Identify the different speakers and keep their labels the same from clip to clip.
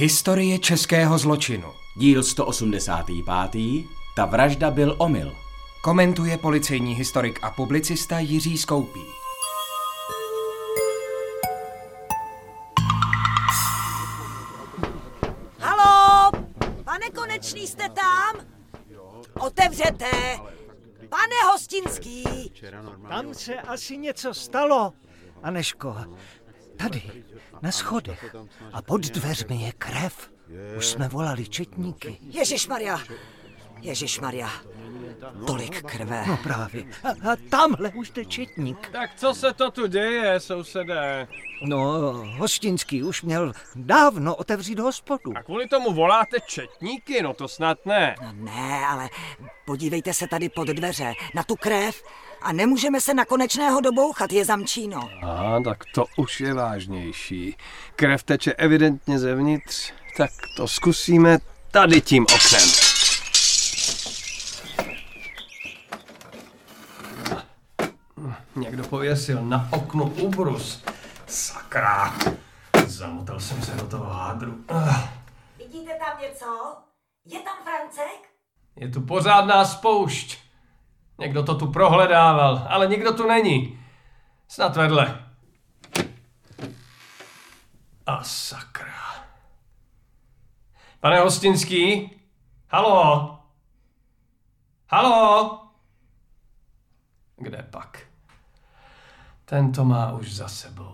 Speaker 1: Historie českého zločinu.
Speaker 2: Díl 185. Ta vražda byl omyl.
Speaker 1: Komentuje policejní historik a publicista Jiří Skoupí.
Speaker 3: Haló! Pane Konečný, jste tam? Otevřete! Pane Hostinský!
Speaker 4: Tam se asi něco stalo, Anežko. Tady, na schodech. A pod dveřmi je krev. Už jsme volali četníky.
Speaker 3: Ježišmarja. Tolik krve.
Speaker 4: No právě. A tamhle už jde četník.
Speaker 5: Tak co se to tu děje, sousedé?
Speaker 4: No, Hostinský už měl dávno otevřít hospodu.
Speaker 5: A kvůli tomu voláte četníky? No to snad ne.
Speaker 3: No ne, ale podívejte se tady pod dveře, na tu krev. A nemůžeme se na Konečného dobouchat, je zamčíno.
Speaker 5: Tak to už je vážnější. Krev teče evidentně zevnitř, tak to zkusíme tady tím oknem. Někdo pověsil na oknu úbrus. Sakra. Zamotal jsem se do toho hádru.
Speaker 3: Vidíte tam něco? Je tam Francek?
Speaker 5: Je tu pořádná spoušť. Někdo to tu prohledával, ale nikdo tu není. Snad vedle. A sakra. Pane Hostinský? Haló? Haló? Kde pak? Ten to má už za sebou.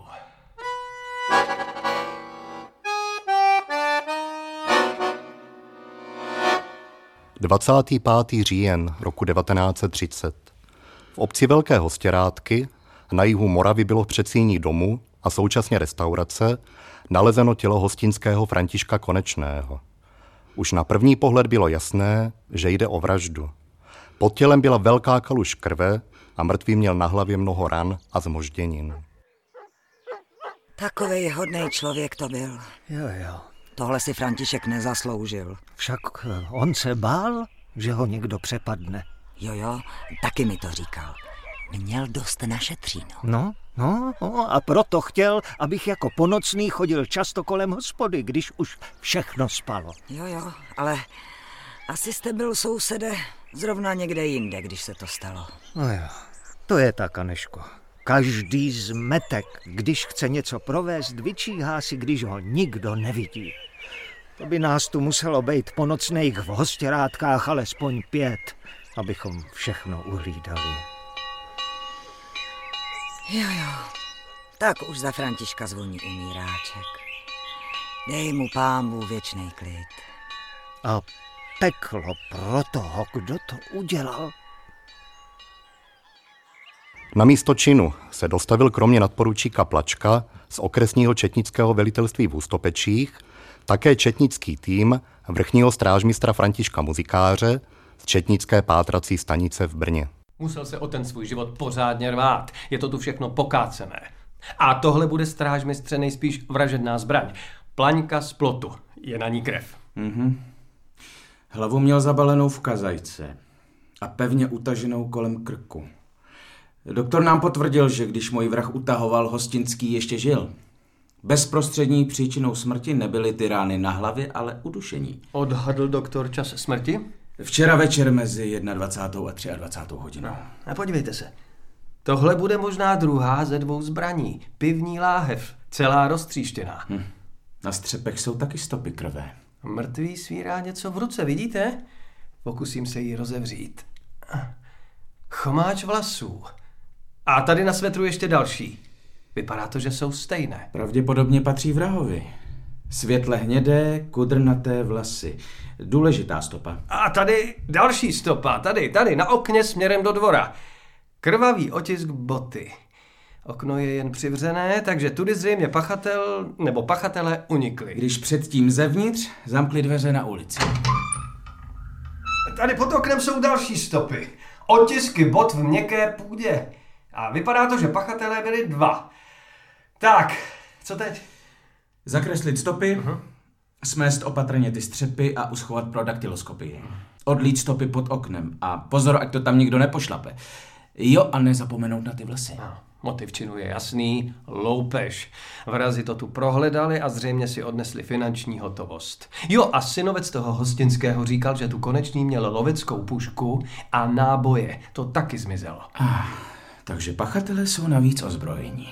Speaker 6: ...25. říjen roku 1930. V obci Velké Hostěrádky na jihu Moravy bylo v předsíni domu a současně restaurace nalezeno tělo hostinského Františka Konečného. Už na první pohled bylo jasné, že jde o vraždu. Pod tělem byla velká kaluž krve a mrtvý měl na hlavě mnoho ran a zmožděnin.
Speaker 3: Takovej hodnej člověk to byl.
Speaker 4: Jo.
Speaker 3: Tohle si František nezasloužil.
Speaker 4: Však on se bál, že ho někdo přepadne.
Speaker 3: Jo, taky mi to říkal. Měl dost na šetříno.
Speaker 4: No, a proto chtěl, abych jako ponocný chodil často kolem hospody, když už všechno spalo.
Speaker 3: Jo, ale asi jste byl, sousede, zrovna někde jinde, když se to stalo.
Speaker 4: No jo, to je tak, Anežko. Každý zmetek, když chce něco provést, vyčíhá si, když ho nikdo nevidí. To by nás tu muselo být po nocných v Hostěrádkách alespoň 5, abychom všechno uhlídali.
Speaker 3: Jo, tak už za Františka zvoní umíráček. Dej mu Pánbůh věčnej klid.
Speaker 4: A peklo pro toho, kdo to udělal.
Speaker 6: Na místo činu se dostavil kromě nadporučíka Plačka z okresního četnického velitelství v Hustopečích také četnický tým vrchního strážmistra Františka Muzikáře z četnické pátrací stanice v Brně.
Speaker 5: Musel se o ten svůj život pořádně rvát. Je to tu všechno pokácené. A tohle bude, strážmistře, nejspíš vražedná zbraň. Plaňka z plotu. Je na ní krev.
Speaker 2: Hlavu měl zabalenou v kazajce a pevně utaženou kolem krku. Doktor nám potvrdil, že když můj vrah utahoval, Hostinský ještě žil. Bezprostřední příčinou smrti nebyly ty rány na hlavě, ale udušení.
Speaker 5: Odhadl doktor čas smrti?
Speaker 2: Včera večer mezi 21. a 23. hodinou.
Speaker 5: A podívejte se. Tohle bude možná druhá ze 2 zbraní. Pivní láhev, celá roztříštěná.
Speaker 2: Na střepech jsou taky stopy krve.
Speaker 5: Mrtvý svírá něco v ruce, vidíte? Pokusím se jí rozevřít. Chomáč vlasů. A tady na svetru ještě další. Vypadá to, že jsou stejné.
Speaker 2: Pravděpodobně patří vrahovi. Světle hnědé, kudrnaté vlasy. Důležitá stopa.
Speaker 5: A tady další stopa, tady, na okně směrem do dvora. Krvavý otisk boty. Okno je jen přivřené, takže tudy zřejmě pachatel nebo pachatelé unikli.
Speaker 2: Když předtím zevnitř zamkli dveře na ulici.
Speaker 5: Tady pod oknem jsou další stopy. Otisky bot v měkké půdě. A vypadá to, že pachatelé byli 2. Tak, co teď?
Speaker 2: Zakreslit stopy, smést opatrně ty střepy a uschovat pro daktyloskopii. Odlít stopy pod oknem a pozor, ať to tam nikdo nepošlape. Jo, a nezapomenout na ty vlasy.
Speaker 5: Motiv činu je jasný, loupež. Vrazi to tu prohledali a zřejmě si odnesli finanční hotovost. Jo, a synovec toho Hostinského říkal, že tu konečný měl loveckou pušku a náboje. To taky zmizelo.
Speaker 2: Takže pachatelé jsou navíc ozbrojení.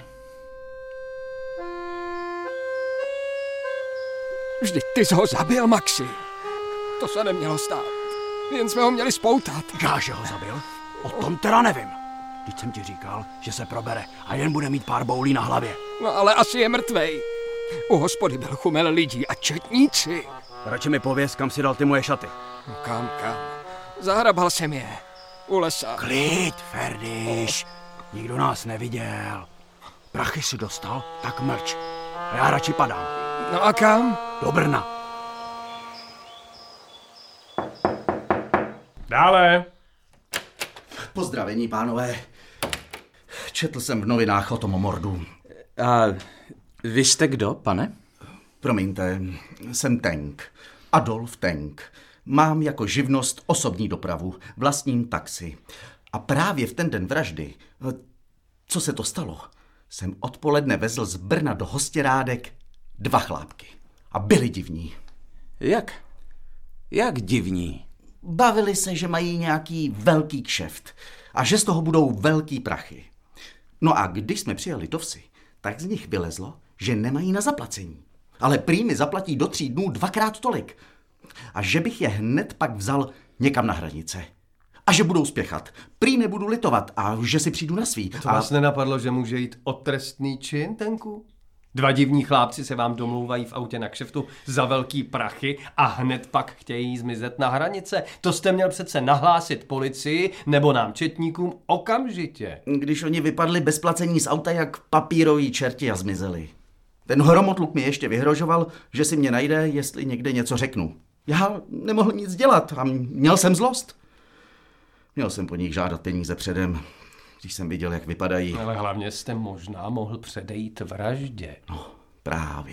Speaker 7: Vždyť ty jsi ho zabil, Maxi. To se nemělo stát. Jen jsme ho měli spoutat.
Speaker 8: Já, že ho zabil? O tom teda nevím. Vždyť jsem ti říkal, že se probere a jen bude mít pár boulí na hlavě.
Speaker 7: No ale asi je mrtvej. U hospody byl chumel lidí a četníci.
Speaker 8: Radši mi pověz, kam si dal ty moje šaty.
Speaker 7: No kam? Zahrabal jsem je. U lesa.
Speaker 8: Klid, Ferdiš. Nikdo nás neviděl. Prachy si dostal, tak mlč. A já radši padám.
Speaker 7: No a kam?
Speaker 8: Do Brna.
Speaker 5: Dále.
Speaker 9: Pozdravení, pánové. Četl jsem v novinách o tom mordu.
Speaker 2: A vy jste kdo, pane?
Speaker 9: Promiňte, jsem Tenk. Adolf Tenk. Mám jako živnost osobní dopravu, vlastním taxi. A právě v ten den vraždy, co se to stalo, jsem odpoledne vezl z Brna do Hostěrádek 2 chlápky. A byli divní.
Speaker 2: Jak? Jak divní?
Speaker 9: Bavili se, že mají nějaký velký kšeft a že z toho budou velký prachy. No a když jsme přijeli do vsi, tak z nich vylezlo, že nemají na zaplacení. Ale prý mi zaplatí do 3 dnů 2krát tolik. A že bych je hned pak vzal někam na hranice. A že budou spěchat. Prý nebudu litovat a že si přijdu na svý.
Speaker 5: To vás nenapadlo, že může jít o trestný čin, Tenku? 2 divní chlápci se vám domlouvají v autě na kšeftu za velký prachy a hned pak chtějí zmizet na hranice. To jste měl přece nahlásit policii nebo nám četníkům okamžitě.
Speaker 9: Když oni vypadli bez placení z auta jak papíroví čerti a zmizeli. Ten hromotluk mi ještě vyhrožoval, že si mě najde, jestli někde něco řeknu. Já nemohl nic dělat a měl jsem zlost. Měl jsem po nich žádat peníze předem, když jsem viděl, jak vypadají.
Speaker 5: Ale hlavně jste možná mohl předejít vraždě.
Speaker 9: No, právě.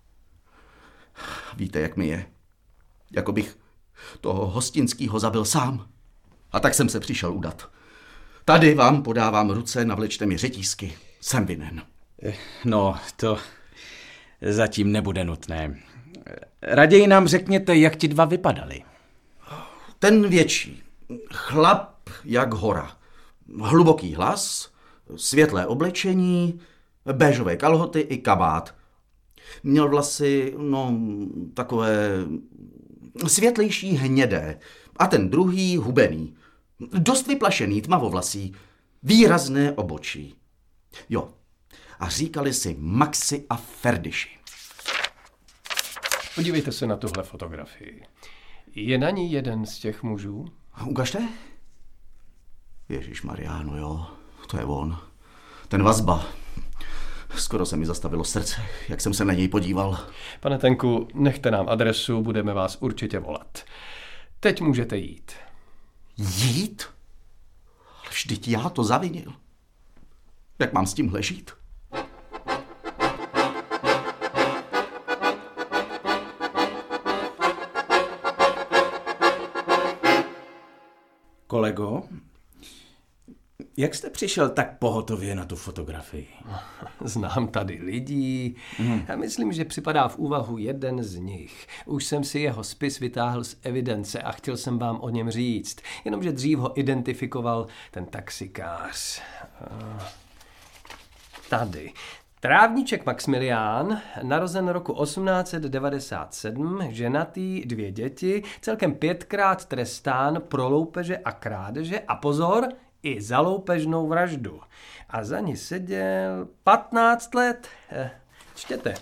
Speaker 9: Víte, jak mi je? Jako bych toho Hostinskýho zabil sám. A tak jsem se přišel udat. Tady vám podávám ruce, navlečte mi řetízky. Jsem vinen.
Speaker 2: No, to zatím nebude nutné. Raději nám řekněte, jak ti 2 vypadali.
Speaker 9: Ten větší. Chlap jak hora. Hluboký hlas, světlé oblečení, béžové kalhoty i kabát. Měl vlasy, takové světlejší hnědé. A ten druhý hubený. Dost vyplašený, tmavovlasý. Výrazné obočí. Jo. A říkali si Maxi a Ferdiši.
Speaker 5: Podívejte se na tuhle fotografii. Je na ní jeden z těch mužů?
Speaker 9: Ukažte? Ježišmarjáno, jo, to je on. Ten Vazba. Skoro se mi zastavilo srdce, jak jsem se na něj podíval.
Speaker 5: Pane Tenku, nechte nám adresu, budeme vás určitě volat. Teď můžete jít.
Speaker 9: Jít? Ale vždyť já to zavinil. Jak mám s tímhle žít?
Speaker 2: Kolego, jak jste přišel tak pohotově na tu fotografii?
Speaker 5: Znám tady lidí a myslím, že připadá v úvahu jeden z nich. Už jsem si jeho spis vytáhl z evidence a chtěl jsem vám o něm říct, jenomže dřív ho identifikoval ten taxikář. Tady. Trávníček Maxmilián, narozen roku 1897, ženatý, 2 děti, celkem 5krát trestán pro loupeže a krádeže a pozor, i za loupežnou vraždu. A za ní seděl 15 let. Čtěte.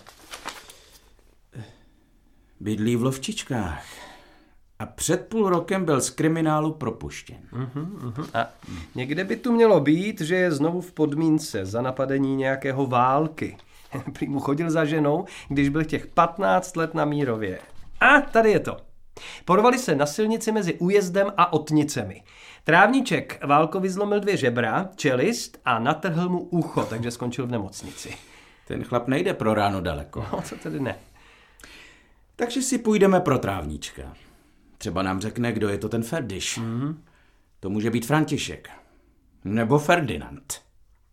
Speaker 2: Bydlí v Lovčičkách. A před půl rokem byl z kriminálu propuštěn.
Speaker 5: A někde by tu mělo být, že je znovu v podmínce za napadení nějakého války. Prý mu chodil za ženou, když byl těch 15 let na Mírově. A tady je to. Porvali se na silnici mezi Újezdem a Otnicemi. Trávníček Válkovi zlomil 2 žebra, čelist a natrhl mu ucho, takže skončil v nemocnici.
Speaker 2: Ten chlap nejde pro ráno daleko.
Speaker 5: No, co tedy ne.
Speaker 2: Takže si půjdeme pro Trávníčka. Třeba nám řekne, kdo je to ten Ferdiš. To může být František. Nebo Ferdinand.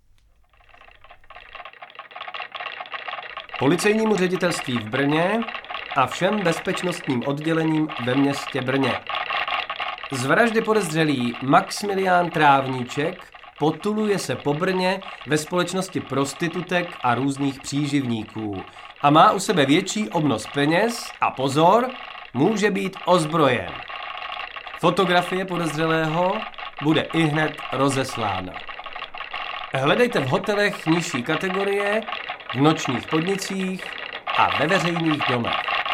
Speaker 5: Policejnímu ředitelství v Brně a všem bezpečnostním oddělením ve městě Brně. Z vraždy podezřelý Maxmilián Trávníček potuluje se po Brně ve společnosti prostitutek a různých příživníků a má u sebe větší obnos peněz a pozor, může být ozbrojen. Fotografie podezřelého bude ihned rozeslána. Hledejte v hotelech nižší kategorie, v nočních podnicích a ve veřejných domech.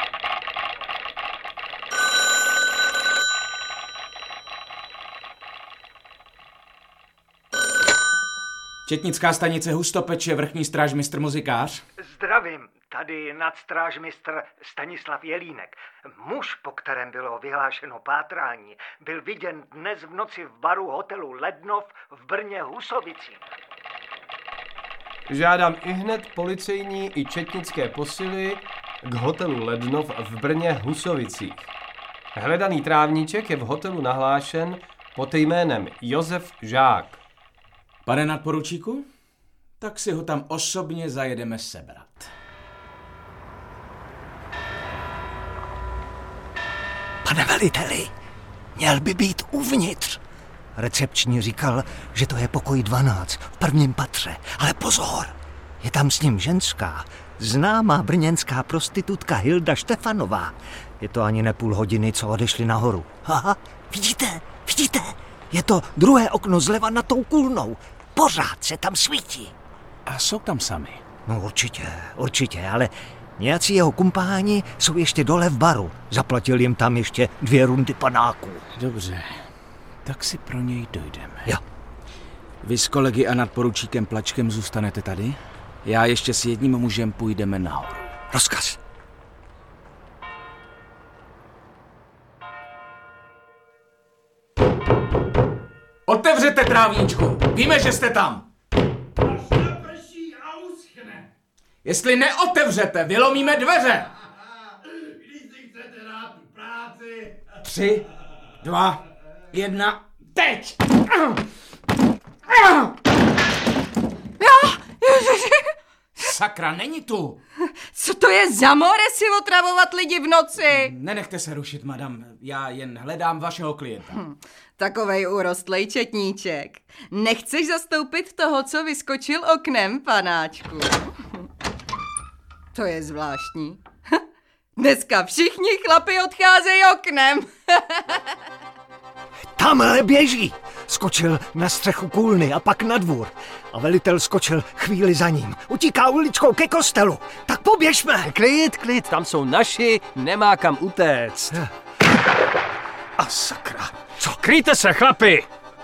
Speaker 2: Četnická stanice Hustopeče, vrchní strážmistr Muzikář.
Speaker 4: Zdravím, tady nadstrážmistr Stanislav Jelínek. Muž, po kterém bylo vyhlášeno pátrání, byl viděn dnes v noci v baru hotelu Lednov v Brně Husovicích.
Speaker 5: Žádám ihned policejní i četnické posily k hotelu Lednov v Brně Husovicích. Hledaný Trávníček je v hotelu nahlášen pod jménem Josef Žák.
Speaker 2: Pane nadporučíku, tak si ho tam osobně zajedeme sebrat.
Speaker 4: Pane veliteli, měl by být uvnitř. Recepční říkal, že to je pokoj 12 v prvním patře. Ale pozor, je tam s ním ženská, známá brněnská prostitutka Hilda Štefanová. Je to ani ne půl hodiny, co odešli nahoru. Aha, vidíte? Je to druhé okno zleva nad tou kůlnou. Pořád se tam svítí.
Speaker 2: A jsou tam sami?
Speaker 4: No určitě, ale nějací jeho kumpáni jsou ještě dole v baru. Zaplatil jim tam ještě 2 rundy panáků.
Speaker 2: Dobře, tak si pro něj dojdeme.
Speaker 4: Jo.
Speaker 2: Vy s kolegy a nadporučíkem Plačkem zůstanete tady? Já ještě s jedním mužem půjdeme nahoru.
Speaker 4: Rozkaz.
Speaker 2: Otevřete, Trávníčku! Víme, že jste tam!
Speaker 10: Až naprší a uschne.
Speaker 2: Jestli neotevřete, vylomíme dveře!
Speaker 10: Když si chcete dát tu práci...
Speaker 2: 3, 2, 1, teď! Sakra, není tu!
Speaker 11: Co to je za more si otravovat lidi v noci?
Speaker 2: Nenechte se rušit, madam. Já jen hledám vašeho klienta.
Speaker 11: Takovej urostlej četníček. Nechceš zastoupit toho, co vyskočil oknem, panáčku? To je zvláštní. Dneska všichni chlapi odcházejí oknem.
Speaker 4: Tamhle běží. Skočil na střechu kůlny a pak na dvůr. A velitel skočil chvíli za ním. Utíká uličkou ke kostelu. Tak poběžme.
Speaker 5: Klid, tam jsou naši, nemá kam utéct.
Speaker 4: A sakra.
Speaker 5: Co? Kryjte se, chlapi!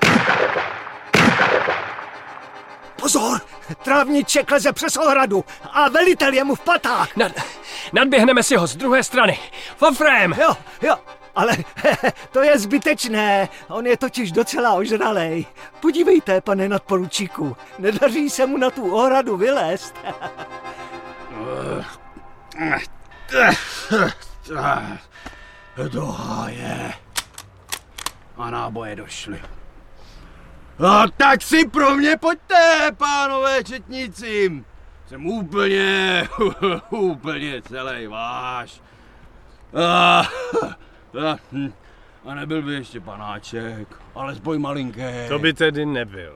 Speaker 4: Pozor, Trávníček leze přes ohradu a velitel je mu v patách.
Speaker 5: Nadběhneme si ho z druhé strany. Fofrém!
Speaker 4: Jo, ale to je zbytečné. On je totiž docela ožralej. Podívejte, pane nadporučíku, nedaří se mu na tu ohradu vylézt.
Speaker 8: Do háje. A náboje došly. A tak si pro mě pojďte, pánové četníci. Jsem úplně celý váš. A nebyl by ještě panáček, alespoň malinký.
Speaker 5: To by tedy nebyl.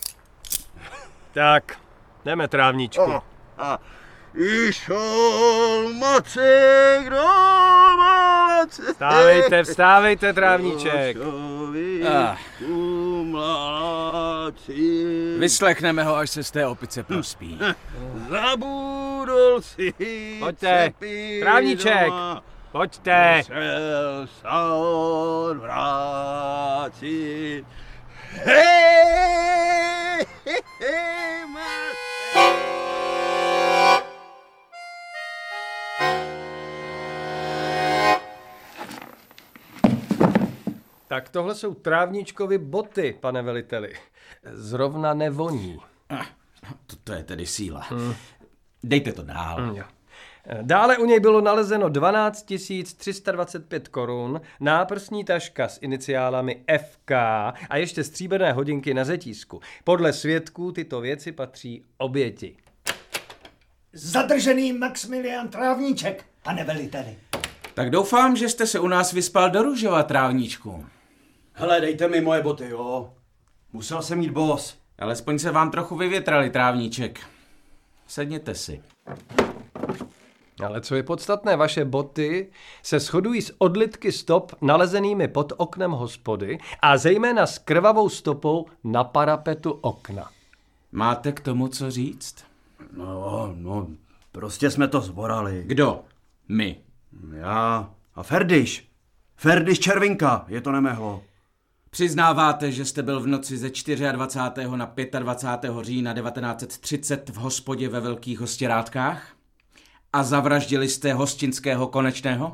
Speaker 5: Tak, jdeme, Trávníčku.
Speaker 8: Išol Macek do Malace.
Speaker 5: Vstávejte, Trávníček.
Speaker 2: Vyslechneme ho, až se z té opice prospí.
Speaker 8: Zabudol si.
Speaker 5: Pojďte, Trávníček. Pojďte.
Speaker 8: Musel vrátit. Hej,
Speaker 5: Tak tohle jsou Trávníčkovy boty, pane veliteli. Zrovna nevoní.
Speaker 2: To je tedy síla. Dejte to dál.
Speaker 5: Jo. Dále u něj bylo nalezeno 12 325 korun, náprsní taška s iniciálami FK a ještě stříbrné hodinky na řetízku. Podle svědků tyto věci patří oběti.
Speaker 4: Zadržený Maximilian Trávníček, pane veliteli.
Speaker 2: Tak doufám, že jste se u nás vyspal do růžova, Trávníčku.
Speaker 8: Hele, dejte mi moje boty, jo? Musel jsem jít bos.
Speaker 2: Alespoň se vám trochu vyvětrali, Trávníček. Sedněte si.
Speaker 5: Ale co je podstatné, vaše boty se shodují s odlitky stop nalezenými pod oknem hospody a zejména s krvavou stopou na parapetu okna.
Speaker 2: Máte k tomu co říct?
Speaker 8: No, prostě jsme to zborali.
Speaker 2: Kdo? My.
Speaker 8: Já a Ferdiš. Ferdiš Červinka, je to nemehlo.
Speaker 2: Přiznáváte, že jste byl v noci ze 24. na 25. října 1930 v hospodě ve Velkých Hostěrátkách? A zavraždili jste Hostinského Konečného?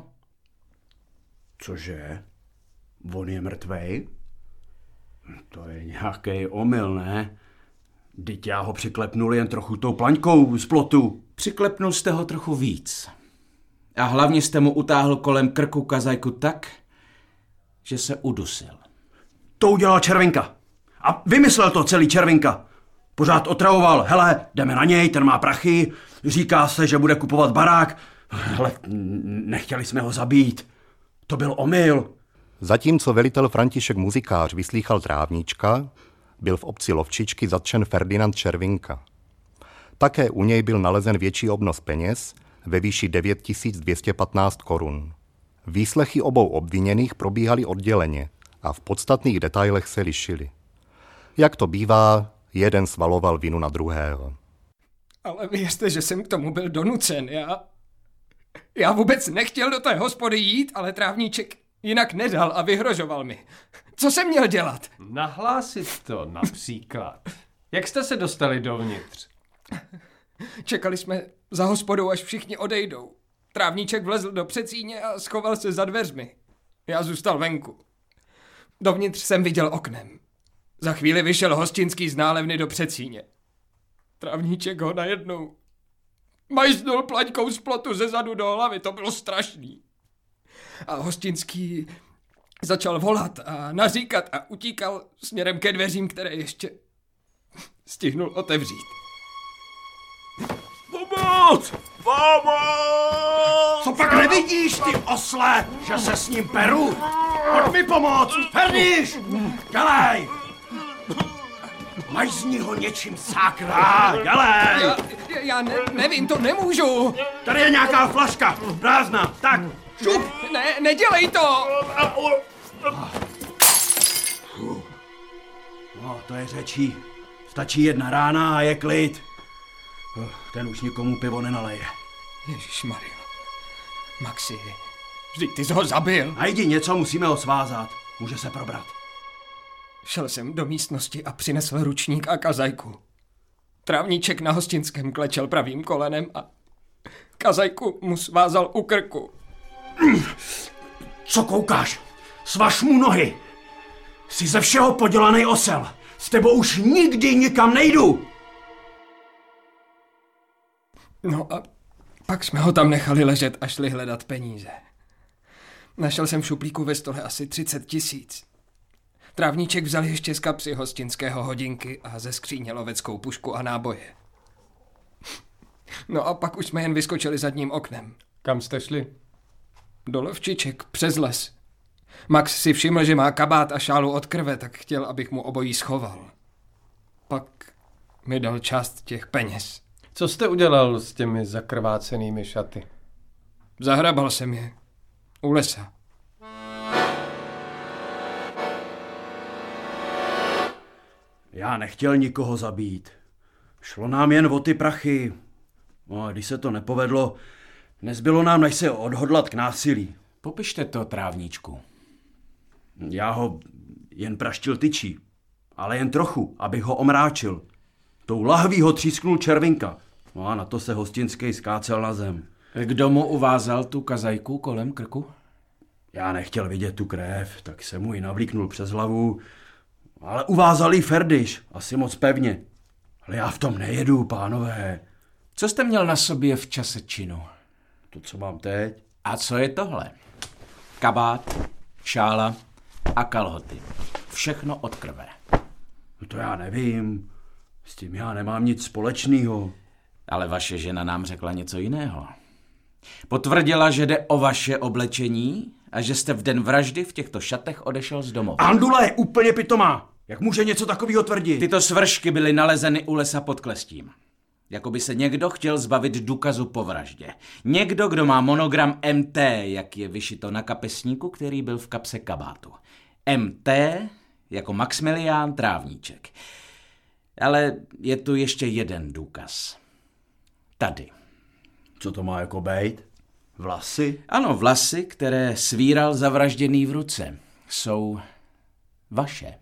Speaker 8: Cože? On je mrtvej? To je nějaký omyl, ne? Vždyť já ho přiklepnul jen trochu tou plaňkou z plotu.
Speaker 2: Přiklepnul jste ho trochu víc. A hlavně jste mu utáhl kolem krku kazajku tak, že se udusil.
Speaker 8: To udělal Červinka. A vymyslel to celý Červinka. Pořád otravoval, hele, jdeme na něj, ten má prachy, říká se, že bude kupovat barák. Hele, nechtěli jsme ho zabít. To byl omyl.
Speaker 6: Zatímco velitel František Muzikář vyslýchal Trávníčka, byl v obci Lovčičky zatčen Ferdinand Červinka. Také u něj byl nalezen větší obnos peněz ve výši 9215 korun. Výslechy obou obviněných probíhaly odděleně a v podstatných detailech se lišily. Jak to bývá, jeden svaloval vinu na druhého.
Speaker 7: Ale věřte, že jsem k tomu byl donucen. Já vůbec nechtěl do té hospody jít, ale Trávníček jinak nedal a vyhrožoval mi. Co jsem měl dělat?
Speaker 5: Nahlásit to například. Jak jste se dostali dovnitř?
Speaker 7: Čekali jsme za hospodou, až všichni odejdou. Trávníček vlezl do předsíně a schoval se za dveřmi. Já zůstal venku. Dovnitř jsem viděl oknem. Za chvíli vyšel Hostinský z nálevny do předsíně. Trávníček ho najednou majznul plaňkou z plotu ze zadu do hlavy, to bylo strašný. A Hostinský začal volat a naříkat a utíkal směrem ke dveřím, které ještě stihnul otevřít.
Speaker 8: Pomoc! Pomoc! Co pak nevidíš, ty osle, že se s ním peru? Pojď mi pomoct! Ferdiš! Dělej! Majzni ho něčím, sákra! Dělej!
Speaker 7: Já nevím, to nemůžu!
Speaker 8: Tady je nějaká flaška, prázdná, tak, šup!
Speaker 7: Nedělej to!
Speaker 8: No, to je řečí. Stačí jedna rána a je klid. Ten už nikomu pivo nenaleje.
Speaker 7: Ježišmarja. Maxi, vždyť ty jsi ho zabil.
Speaker 8: Najdi něco, musíme ho svázat. Může se probrat.
Speaker 7: Šel jsem do místnosti a přinesl ručník a kazajku. Trávníček na Hostinském klečel pravým kolenem a kazajku mu svázal u krku.
Speaker 8: Co koukáš? Svaž mu nohy. Jsi ze všeho podělaný osel. S tebou už nikdy nikam nejdu.
Speaker 7: No a pak jsme ho tam nechali ležet a šli hledat peníze. Našel jsem v šuplíku ve stole asi 30 000. Trávníček vzal ještě z kapsy Hostinského hodinky a ze skříně loveckou pušku a náboje. No a pak už jsme jen vyskočili zadním oknem.
Speaker 5: Kam jste šli?
Speaker 7: Do Lovčiček, přes les. Max si všiml, že má kabát a šálu od krve, tak chtěl, abych mu obojí schoval. Pak mi dal část těch peněz.
Speaker 5: Co jste udělal s těmi zakrvácenými šaty?
Speaker 7: Zahrabal jsem je. U lesa.
Speaker 8: Já nechtěl nikoho zabít. Šlo nám jen o ty prachy. No a když se to nepovedlo, nezbylo nám, než se odhodlat k násilí.
Speaker 2: Popište to, Trávníčku.
Speaker 8: Já ho jen praštil tyčí, ale jen trochu, abych ho omráčil. Tou lahví ho třísknul Červinka. No a na to se Hostinský skácel na zem.
Speaker 2: Kdo mu uvázal tu kazajku kolem krku?
Speaker 8: Já nechtěl vidět tu krev, tak jsem mu ji navlíknul přes hlavu, ale uvázal jí Ferdiš, asi moc pevně. Ale já v tom nejedu, pánové.
Speaker 2: Co jste měl na sobě v čase činu?
Speaker 8: To, co mám teď?
Speaker 2: A co je tohle? Kabát, šála a kalhoty. Všechno od krve.
Speaker 8: No to já nevím. S tím já nemám nic společného.
Speaker 2: Ale vaše žena nám řekla něco jiného. Potvrdila, že jde o vaše oblečení a že jste v den vraždy v těchto šatech odešel z domova.
Speaker 8: Andula je úplně pitomá. Jak může něco takového tvrdit?
Speaker 2: Tyto svršky byly nalezeny u lesa pod Klestím. Jako by se někdo chtěl zbavit důkazu po vraždě. Někdo, kdo má monogram MT, jak je vyšito na kapesníku, který byl v kapse kabátu. MT jako Maxmilián Trávníček. Ale je tu ještě jeden důkaz. Tady.
Speaker 8: Co to má jako bejt? Vlasy?
Speaker 2: Ano, vlasy, které svíral zavražděný v ruce, jsou vaše.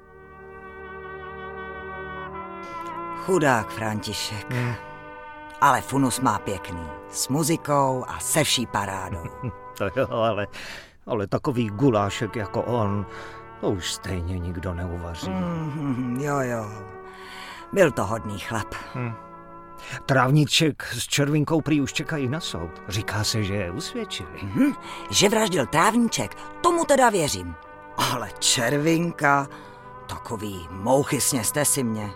Speaker 3: Chudák František. Ale funus má pěkný. S muzikou a se vší parádou.
Speaker 4: To jo, ale takový gulášek jako on, to už stejně nikdo neuvaří.
Speaker 3: Jo. Byl to hodný chlap.
Speaker 4: Trávníček s Červinkou prý už čekají na soud. Říká se, že je usvědčili.
Speaker 3: Že vraždil Trávníček, tomu teda věřím. Ale Červinka, takový mouchy sněste si mě.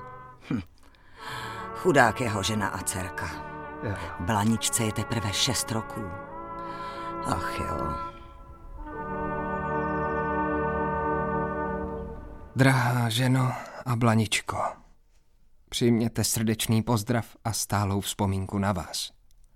Speaker 3: Chudák jeho žena a dcerka. Blaničce je teprve 6 roků. Ach jo.
Speaker 7: Drahá ženo a Blaničko, přijměte srdečný pozdrav a stálou vzpomínku na vás.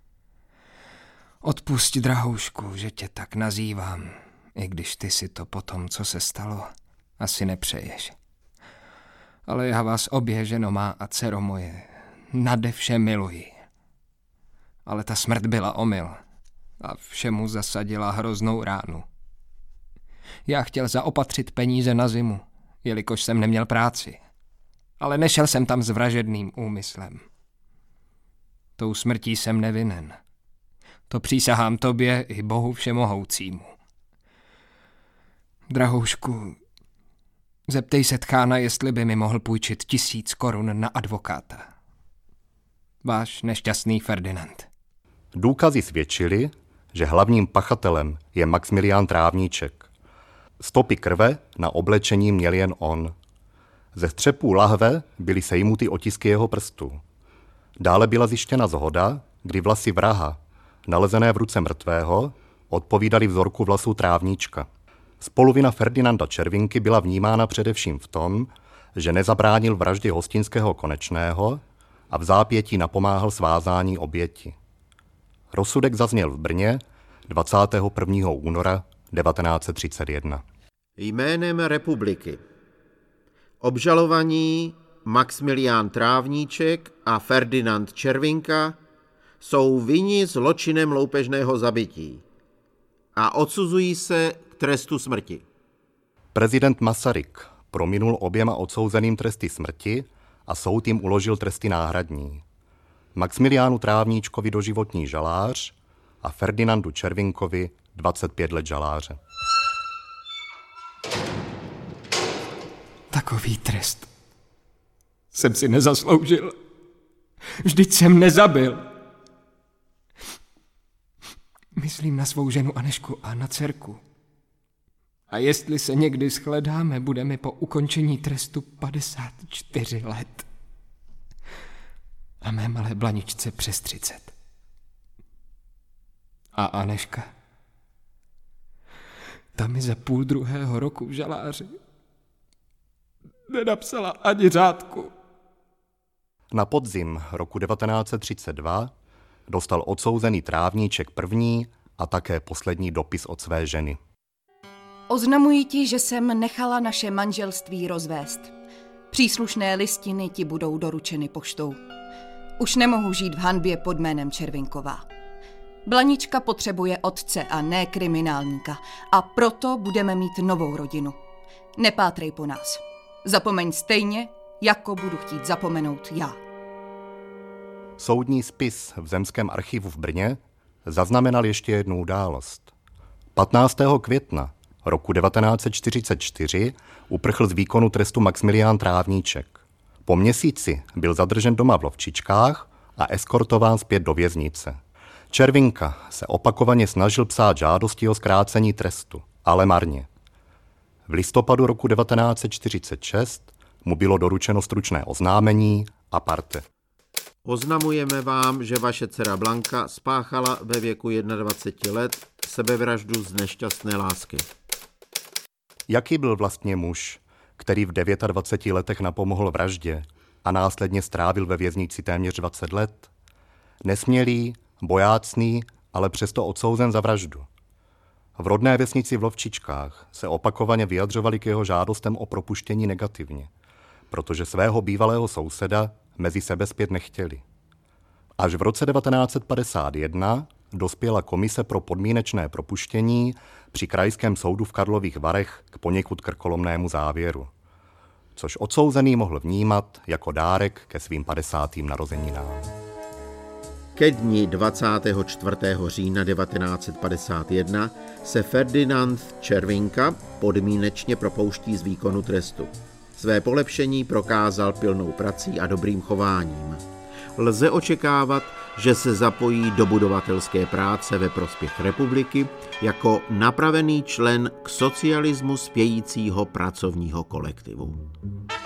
Speaker 7: Odpusť, drahoušku, že tě tak nazývám, i když ty si to po tom, co se stalo, asi nepřeješ. Ale já vás obě, ženo má a dcero moje, nade vše miluji. Ale ta smrt byla omyl a všemu zasadila hroznou ránu. Já chtěl zaopatřit peníze na zimu, jelikož jsem neměl práci. Ale nešel jsem tam s vražedným úmyslem. Tou smrtí jsem nevinen. To přísahám tobě i Bohu všemohoucímu. Drahoušku, zeptej se tchána, jestli by mi mohl půjčit 1000 korun na advokáta. Váš nešťastný Ferdinand.
Speaker 6: Důkazy svědčily, že hlavním pachatelem je Maxmilián Trávníček. Stopy krve na oblečení měl jen on. Ze střepů lahve byly sejmuty otisky jeho prstů. Dále byla zjištěna shoda, kdy vlasy vraha, nalezené v ruce mrtvého, odpovídaly vzorku vlasů Trávníčka. Spoluvina Ferdinanda Červinky byla vnímána především v tom, že nezabránil vraždě Hostinského Konečného a v zápětí napomáhal svázání oběti. Rozsudek zazněl v Brně 21. února 1931.
Speaker 12: Jménem republiky. Obžalovaní Maxmilián Trávníček a Ferdinand Červinka jsou vinni zločinem loupežného zabití a odsuzují se k trestu smrti.
Speaker 6: Prezident Masaryk prominul oběma odsouzeným tresty smrti a soud jim uložil tresty náhradní. Maxmiliánu Trávníčkovi doživotní žalář a Ferdinandu Červinkovi 25 let žaláře.
Speaker 7: Takový trest jsem si nezasloužil. Vždyť jsem nezabil. Myslím na svou ženu Anežku a na dcerku. A jestli se někdy shledáme, bude mi po ukončení trestu 54 let. A mé malé Blaničce přes 30. A Anežka? Ta mi za 1,5 roku v žaláři nenapsala ani řádku.
Speaker 6: Na podzim roku 1932 dostal odsouzený Trávníček první a také poslední dopis od své ženy.
Speaker 11: Oznamuji ti, že jsem nechala naše manželství rozvést. Příslušné listiny ti budou doručeny poštou. Už nemohu žít v hanbě pod jménem Červinková. Blanička potřebuje otce a ne kriminálníka a proto budeme mít novou rodinu. Nepátrej po nás. Zapomeň stejně, jako budu chtít zapomenout já.
Speaker 6: Soudní spis v Zemském archivu v Brně zaznamenal ještě jednu událost. 15. května roku 1944 uprchl z výkonu trestu Maxmilián Trávníček. Po měsíci byl zadržen doma v Lovčičkách a eskortován zpět do věznice. Červinka se opakovaně snažil psát žádosti o zkrácení trestu, ale marně. V listopadu roku 1946 mu bylo doručeno stručné oznámení a parte.
Speaker 12: Oznamujeme vám, že vaše dcera Blanka spáchala ve věku 21 let sebevraždu z nešťastné lásky.
Speaker 6: Jaký byl vlastně muž, který v 29 letech napomohl vraždě a následně strávil ve věznici téměř 20 let? Nesmělý, bojácný, ale přesto odsouzen za vraždu. V rodné vesnici v Lovčičkách se opakovaně vyjadřovali k jeho žádostem o propuštění negativně, protože svého bývalého souseda mezi sebe zpět nechtěli. Až v roce 1951 dospěla komise pro podmínečné propuštění při Krajském soudu v Karlových Varech k poněkud krkolomnému závěru, což odsouzený mohl vnímat jako dárek ke svým 50. narozeninám.
Speaker 12: Ke dni 24. října 1951 se Ferdinand Červinka podmínečně propouští z výkonu trestu. Své polepšení prokázal pilnou prací a dobrým chováním. Lze očekávat, že se zapojí do budovatelské práce ve prospěch republiky jako napravený člen k socialismu spějícího pracovního kolektivu.